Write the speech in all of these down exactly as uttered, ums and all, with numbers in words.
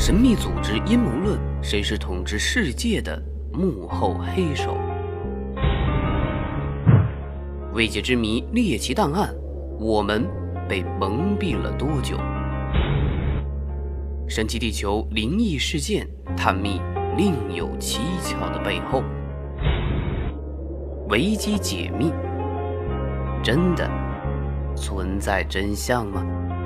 神秘组织阴谋论，谁是统治世界的幕后黑手？未解之谜，猎奇档案，我们被蒙蔽了多久？神奇地球灵异事件，探秘另有蹊跷的背后。维基解密，真的存在真相吗？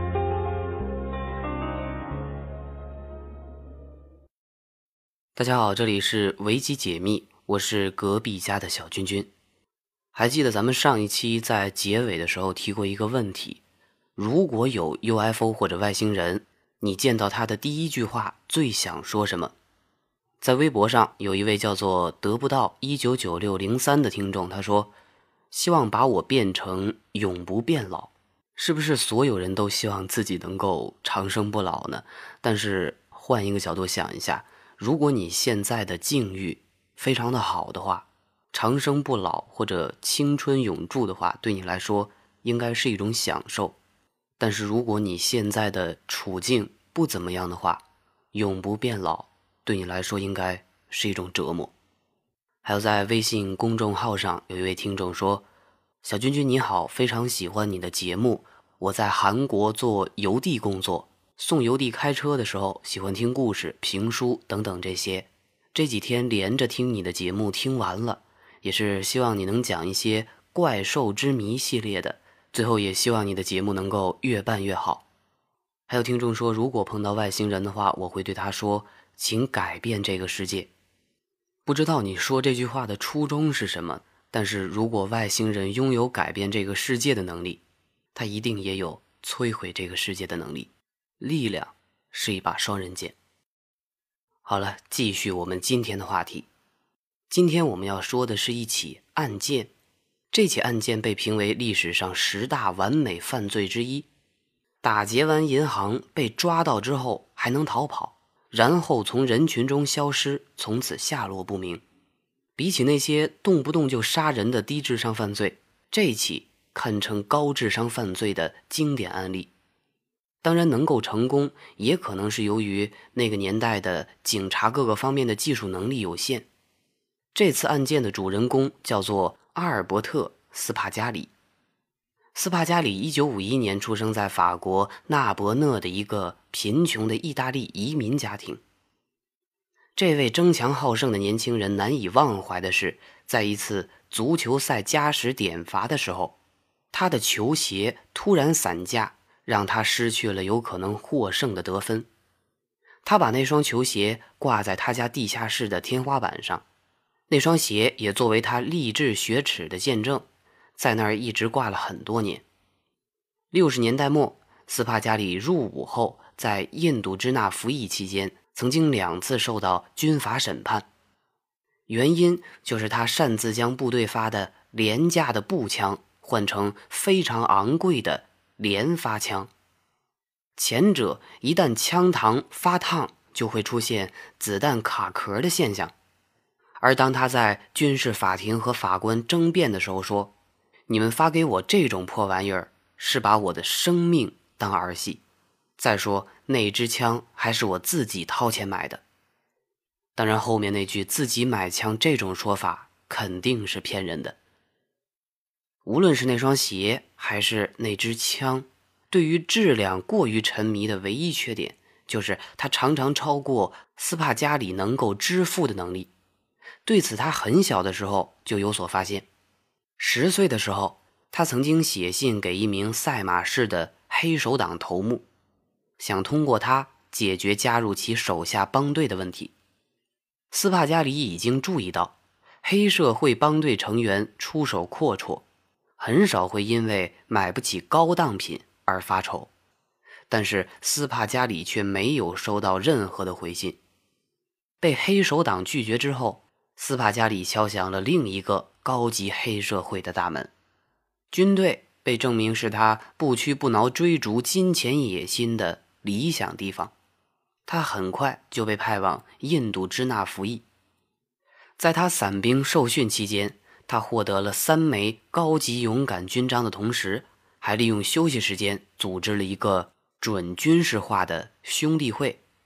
大家好，这里是维基解密，我是隔壁家的小君君。还记得咱们上一期在结尾的时候提过一个问题，如果有 U F O 或者外星人，你见到他的第一句话最想说什么？在微博上有一位叫做得不到一九九六零三的听众，他说希望把我变成永不变老。是不是所有人都希望自己能够长生不老呢？但是换一个角度想一下，如果你现在的境遇非常的好的话，长生不老或者青春永驻的话，对你来说应该是一种享受。但是如果你现在的处境不怎么样的话，永不变老对你来说应该是一种折磨。还有在微信公众号上有一位听众说，小君君你好，非常喜欢你的节目，我在韩国做邮递工作，送邮递开车的时候喜欢听故事、评书等等这些，这几天连着听你的节目听完了，也是希望你能讲一些怪兽之谜系列的，最后也希望你的节目能够越办越好。还有听众说，如果碰到外星人的话，我会对他说，请改变这个世界。不知道你说这句话的初衷是什么，但是如果外星人拥有改变这个世界的能力，他一定也有摧毁这个世界的能力。力量是一把双刃剑。好了，继续我们今天的话题。今天我们要说的是一起案件，这起案件被评为历史上十大完美犯罪之一。打劫完银行被抓到之后还能逃跑，然后从人群中消失，从此下落不明。比起那些动不动就杀人的低智商犯罪，这起堪称高智商犯罪的经典案例。当然能够成功，也可能是由于那个年代的警察各个方面的技术能力有限。这次案件的主人公叫做阿尔伯特·斯帕加里。斯帕加里一九五一年出生在法国纳博讷的一个贫穷的意大利移民家庭。这位争强好胜的年轻人难以忘怀的是，在一次足球赛加时点罚的时候，他的球鞋突然散架，让他失去了有可能获胜的得分。他把那双球鞋挂在他家地下室的天花板上，那双鞋也作为他立志雪耻的见证，在那儿一直挂了很多年。六十年代末，斯帕加里入伍后，在印度支那服役期间，曾经两次受到军法审判，原因就是他擅自将部队发的廉价的步枪换成非常昂贵的连发枪。前者一旦枪膛发烫，就会出现子弹卡壳的现象。而当他在军事法庭和法官争辩的时候说，你们发给我这种破玩意儿，是把我的生命当儿戏。再说那支枪还是我自己掏钱买的。当然后面那句自己买枪这种说法肯定是骗人的。无论是那双鞋还是那支枪，对于质量过于沉迷的唯一缺点，就是它常常超过斯帕加里能够支付的能力。对此他很小的时候就有所发现。十岁的时候，他曾经写信给一名赛马市的黑手党头目，想通过他解决加入其手下帮队的问题。斯帕加里已经注意到，黑社会帮队成员出手阔绰，很少会因为买不起高档品而发愁。但是斯帕加里却没有收到任何的回信。被黑手党拒绝之后，斯帕加里敲响了另一个高级黑社会的大门。军队被证明是他不屈不挠追逐金钱野心的理想地方。他很快就被派往印度支那服役。在他伞兵受训期间，他获得了三枚高级勇敢勋章的同时，还利用休息时间组织了一个准军事化的兄弟会。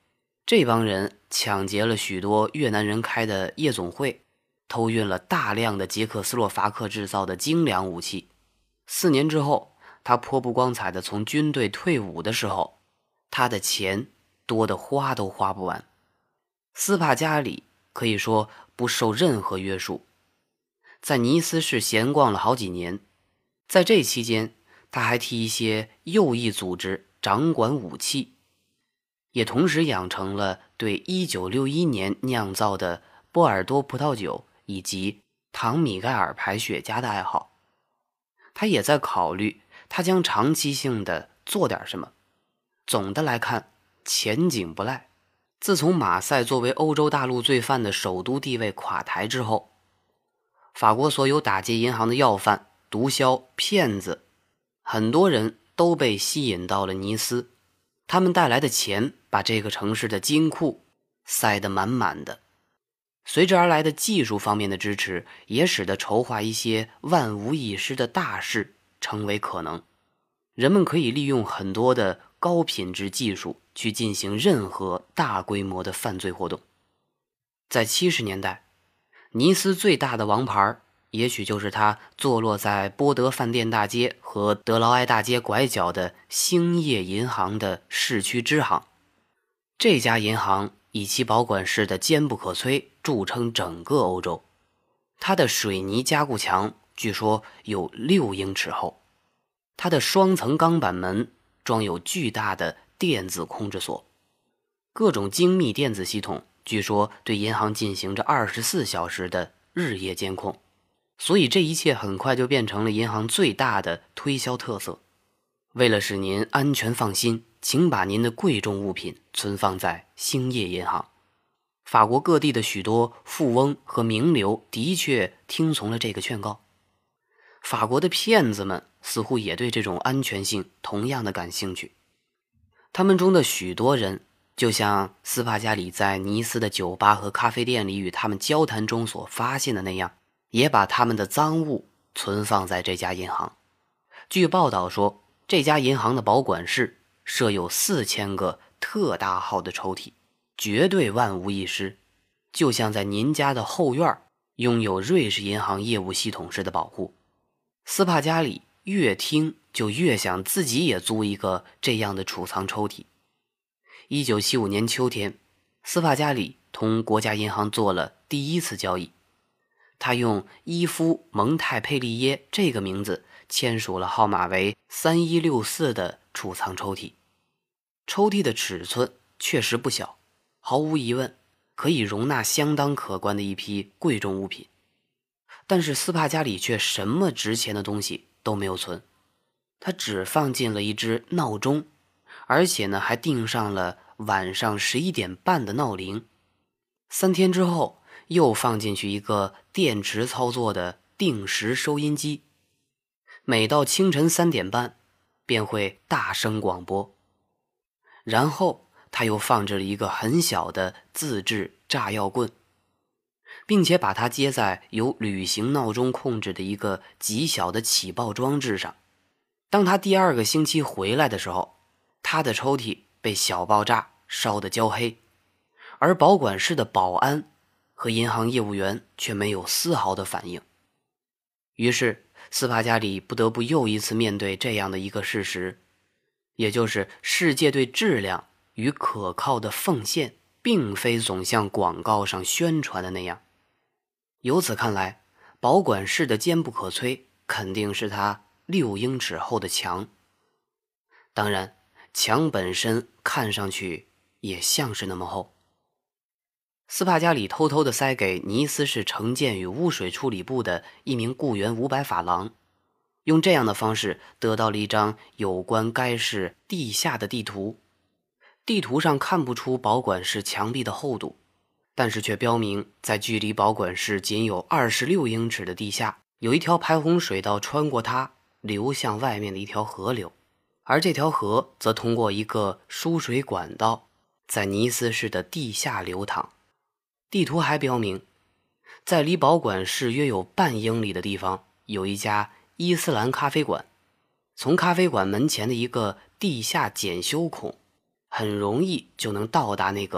这帮人抢劫了许多越南人开的夜总会，偷运了大量的捷克斯洛伐克制造的精良武器。四年之后，他颇不光彩的从军队退伍的时候，他的钱多得花都花不完。斯帕加里可以说不受任何约束，在尼斯市闲逛了好几年。在这期间，他还替一些右翼组织掌管武器，也同时养成了对一九六一年酿造的波尔多葡萄酒以及唐米盖尔牌雪茄的爱好。他也在考虑他将长期性的做点什么。总的来看，前景不赖。自从马赛作为欧洲大陆罪犯的首都地位垮台之后，法国所有打劫银行的要犯、毒枭、骗子，很多人都被吸引到了尼斯。他们带来的钱把这个城市的金库塞得满满的。随之而来的技术方面的支持，也使得筹划一些万无一失的大事成为可能。人们可以利用很多的高品质技术去进行任何大规模的犯罪活动。在七十年代，尼斯最大的王牌也许就是它坐落在波德饭店大街和德劳埃大街拐角的兴业银行的市区支行。这家银行以其保管室的坚不可摧著称整个欧洲。它的水泥加固墙据说有六英尺厚，它的双层钢板门装有巨大的电子控制锁，各种精密电子系统据说对银行进行着二十四小时的日夜监控。所以这一切很快就变成了银行最大的推销特色。为了使您安全放心，请把您的贵重物品存放在兴业银行。法国各地的许多富翁和名流的确听从了这个劝告。法国的骗子们似乎也对这种安全性同样的感兴趣。他们中的许多人，就像斯帕加里在尼斯的酒吧和咖啡店里与他们交谈中所发现的那样，也把他们的赃物存放在这家银行。据报道说，这家银行的保管室设有四千个特大号的抽屉，绝对万无一失，就像在您家的后院拥有瑞士银行业务系统式的保护。斯帕加里越听就越想自己也租一个这样的储藏抽屉。一九七五年秋天，斯帕加里同国家银行做了第一次交易。他用伊夫·蒙泰佩利耶这个名字签署了号码为三一六四的储藏抽屉。抽屉的尺寸确实不小，毫无疑问可以容纳相当可观的一批贵重物品。但是斯帕加里却什么值钱的东西都没有存，他只放进了一只闹钟，而且呢还定上了晚上十一点半的闹铃。三天之后又放进去一个电池操作的定时收音机，每到清晨三点半便会大声广播。然后他又放置了一个很小的自制炸药棍，并且把它接在由旅行闹钟控制的一个极小的起爆装置上。当他第二个星期回来的时候，他的抽屉被小爆炸烧得焦黑，而保管室的保安和银行业务员却没有丝毫的反应。于是斯帕加里不得不又一次面对这样的一个事实，也就是世界对质量与可靠的奉献并非总像广告上宣传的那样。由此看来，保管室的坚不可摧肯定是它六英尺厚的墙。当然，墙本身看上去也像是那么厚。斯帕加里偷偷地塞给尼斯市城建与污水处理部的一名雇员五百法郎，用这样的方式得到了一张有关该市地下的地图。地图上看不出保管室墙壁的厚度，但是却标明在距离保管室仅有二十六英尺的地下，有一条排洪水道穿过它，流向外面的一条河流，而这条河则通过一个输水管道在尼斯市的地下流淌。地图还标明，在离保管室约有半英里的地方有一家伊斯兰咖啡馆，从咖啡馆门前的一个地下检修孔很容易就能到达那个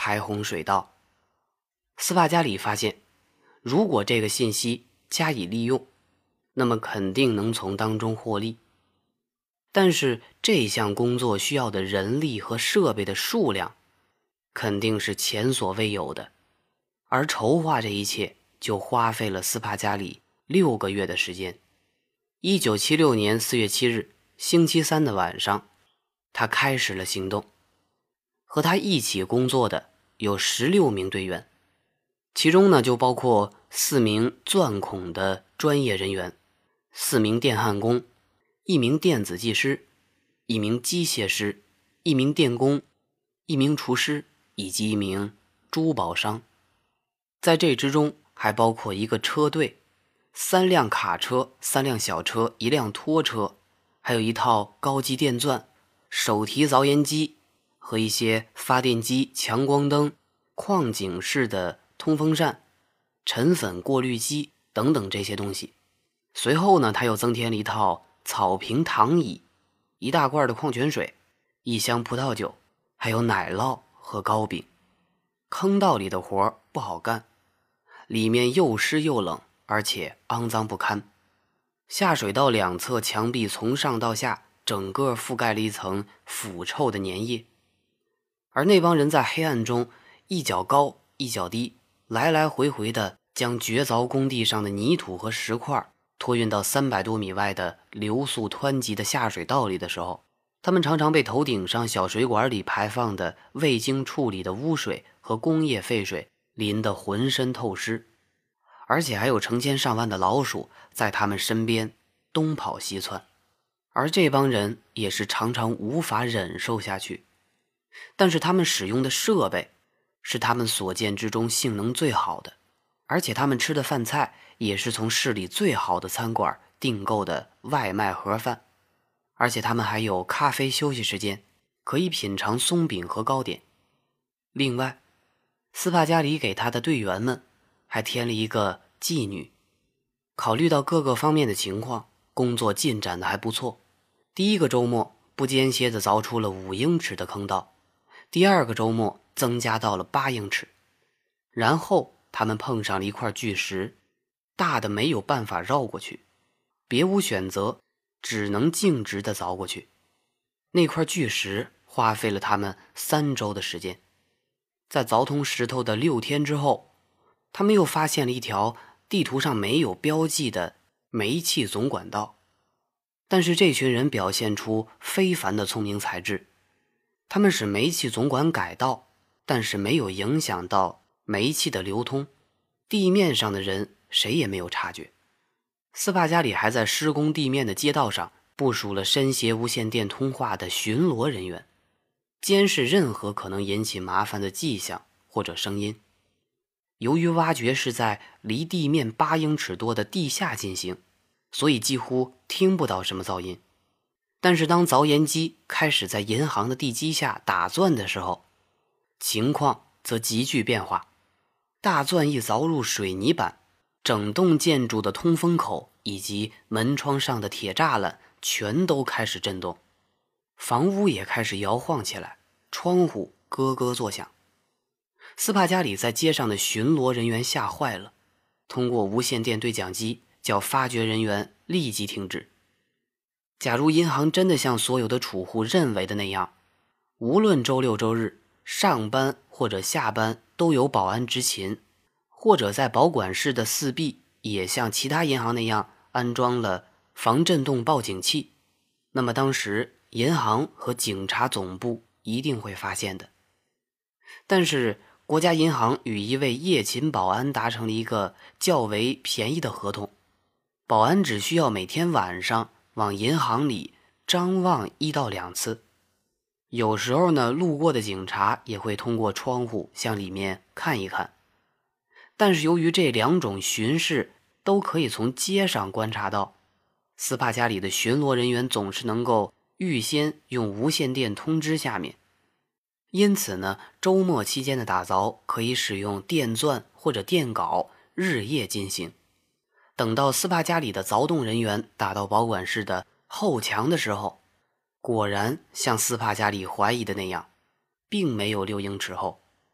排洪水道。斯帕加里发现，如果这个信息加以利用，那么肯定能从当中获利。但是这项工作需要的人力和设备的数量肯定是前所未有的，而筹划这一切就花费了斯帕加里六个月的时间。一九七六年四月七日星期三的晚上，他开始了行动。和他一起工作的有十六名队员，其中呢就包括四名钻孔的专业人员，四名电焊工，一名电子技师，一名机械师，一名电工，一名厨师，以及一名珠宝商。在这之中还包括一个车队，三辆卡车，三辆小车，一辆拖车，还有一套高级电钻、手提凿岩机和一些发电机、强光灯、矿井式的通风扇、尘粉过滤机等等这些东西。随后呢，他又增添了一套草坪躺椅，一大罐的矿泉水，一箱葡萄酒，还有奶酪和糕饼。坑道里的活不好干，里面又湿又冷，而且肮脏不堪。下水道两侧墙壁从上到下整个覆盖了一层腐臭的粘液，而那帮人在黑暗中一脚高一脚低，来来回回的将掘凿工地上的泥土和石块拖运到三百多米外的流速湍急的下水道里的时候，他们常常被头顶上小水管里排放的未经处理的污水和工业废水淋得浑身透湿，而且还有成千上万的老鼠在他们身边东跑西窜，而这帮人也是常常无法忍受下去。但是他们使用的设备是他们所见之中性能最好的，而且他们吃的饭菜也是从市里最好的餐馆订购的外卖盒饭，而且他们还有咖啡休息时间，可以品尝松饼和糕点。另外，斯帕加里给他的队员们还添了一个妓女。考虑到各个方面的情况，工作进展的还不错。第一个周末不间歇地凿出了五英尺的坑道，第二个周末增加到了八英尺。然后他们碰上了一块巨石，大的没有办法绕过去，别无选择，只能径直地凿过去。那块巨石花费了他们三周的时间。在凿通石头的六天之后，他们又发现了一条地图上没有标记的煤气总管道。但是这群人表现出非凡的聪明才智，他们使煤气总管改道，但是没有影响到煤气的流通，地面上的人谁也没有察觉。斯帕加里还在施工地面的街道上部署了伸携无线电通话的巡逻人员，监视任何可能引起麻烦的迹象或者声音。由于挖掘是在离地面八英尺多的地下进行，所以几乎听不到什么噪音。但是当凿岩机开始在银行的地基下打钻的时候，情况则急剧变化。大钻一凿入水泥板，整栋建筑的通风口以及门窗上的铁栅栏全都开始震动，房屋也开始摇晃起来，窗户咯咯作响。斯帕加里在街上的巡逻人员吓坏了，通过无线电对讲机叫发掘人员立即停止。假如银行真的像所有的储户认为的那样，无论周六周日上班或者下班都有保安执勤，或者在保管室的四壁也像其他银行那样安装了防震动报警器，那么当时银行和警察总部一定会发现的。但是国家银行与一位夜勤保安达成了一个较为便宜的合同，保安只需要每天晚上往银行里张望一到两次，有时候呢，路过的警察也会通过窗户向里面看一看。但是由于这两种巡视都可以从街上观察到，斯帕加里的巡逻人员总是能够预先用无线电通知下面，因此呢，周末期间的打凿可以使用电钻或者电镐日夜进行。等到斯帕加里的凿洞人员打到保管室的后墙的时候，果然像斯帕加里怀疑的那样，并没有六英尺厚。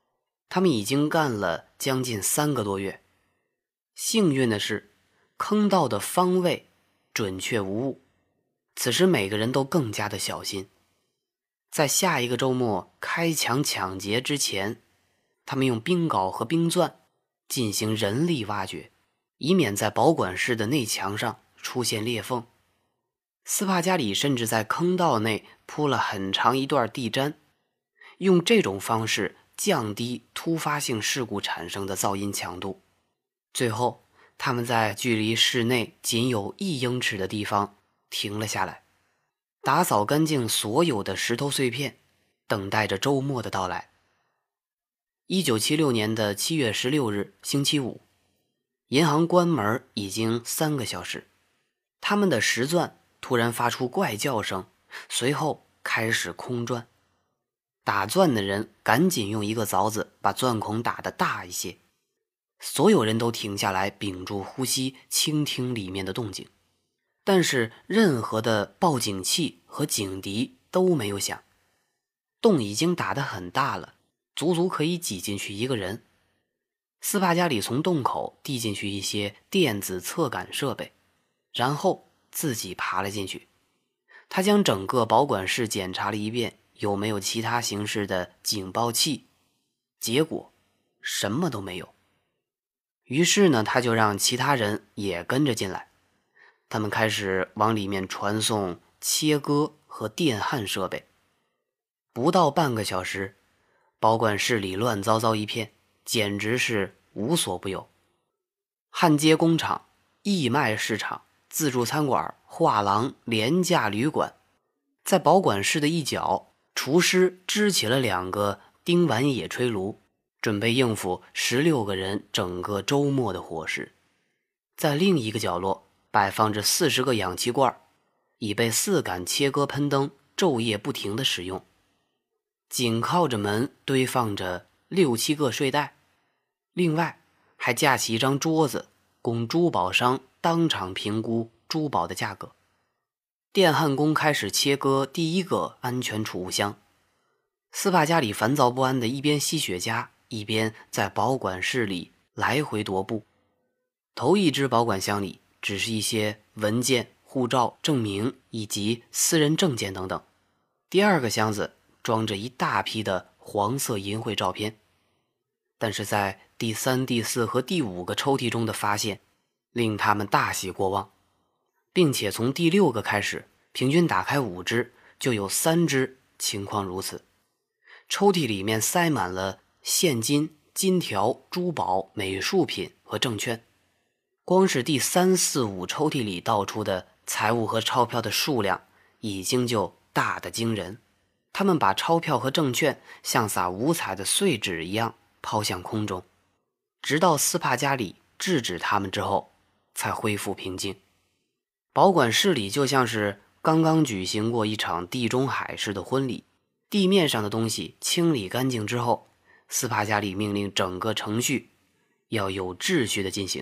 他们已经干了将近三个多月。幸运的是，坑道的方位准确无误。此时每个人都更加的小心。在下一个周末开墙抢劫之前，他们用冰镐和冰钻进行人力挖掘，以免在保管室的内墙上出现裂缝。斯帕加里甚至在坑道内铺了很长一段地毡，用这种方式降低突发性事故产生的噪音强度。最后，他们在距离室内仅有一英尺的地方停了下来，打扫干净所有的石头碎片，等待着周末的到来。一九七六年的七月十六日，星期五，银行关门已经三个小时，他们的石钻突然发出怪叫声，随后开始空转。打钻的人赶紧用一个凿子把钻孔打得大一些，所有人都停下来，屏住呼吸，倾听里面的动静。但是任何的报警器和警笛都没有响，洞已经打得很大了，足足可以挤进去一个人。斯帕加里从洞口递进去一些电子测感设备，然后自己爬了进去。他将整个保管室检查了一遍，有没有其他形式的警报器，结果什么都没有。于是呢，他就让其他人也跟着进来，他们开始往里面传送切割和电焊设备。不到半个小时，保管室里乱糟糟一片，简直是无所不有。焊接工厂、义卖市场、自助餐馆、画廊、廉价旅馆，在保管室的一角，厨师支起了两个钉碗野炊炉，准备应付十六个人整个周末的伙食。在另一个角落摆放着四十个氧气罐，已被四杆切割喷灯昼夜不停地使用。紧靠着门堆放着六七个睡袋，另外还架起一张桌子，供珠宝商当场评估珠宝的价格。电焊工开始切割第一个安全储物箱。斯帕加里烦躁不安地一边吸雪茄，一边在保管室里来回踱步。头一只保管箱里只是一些文件、护照、证明以及私人证件等等。第二个箱子装着一大批的黄色银绘照片。但是在第三、第四和第五个抽屉中的发现令他们大喜过望，并且从第六个开始，平均打开五只就有三只情况如此。抽屉里面塞满了现金、金条、珠宝、美术品和证券。光是第三、四、五抽屉里倒出的财物和钞票的数量已经就大得惊人。他们把钞票和证券像撒五彩的碎纸一样抛向空中，直到斯帕加里制止他们之后才恢复平静。保管室里就像是刚刚举行过一场地中海式的婚礼，地面上的东西清理干净之后，斯帕加里命令整个程序要有秩序地进行。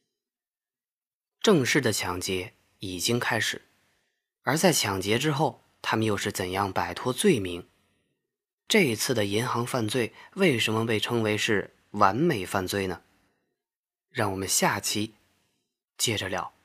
正式的抢劫已经开始，而在抢劫之后，他们又是怎样摆脱罪名？这一次的银行犯罪为什么被称为是完美犯罪呢？让我们下期接着聊。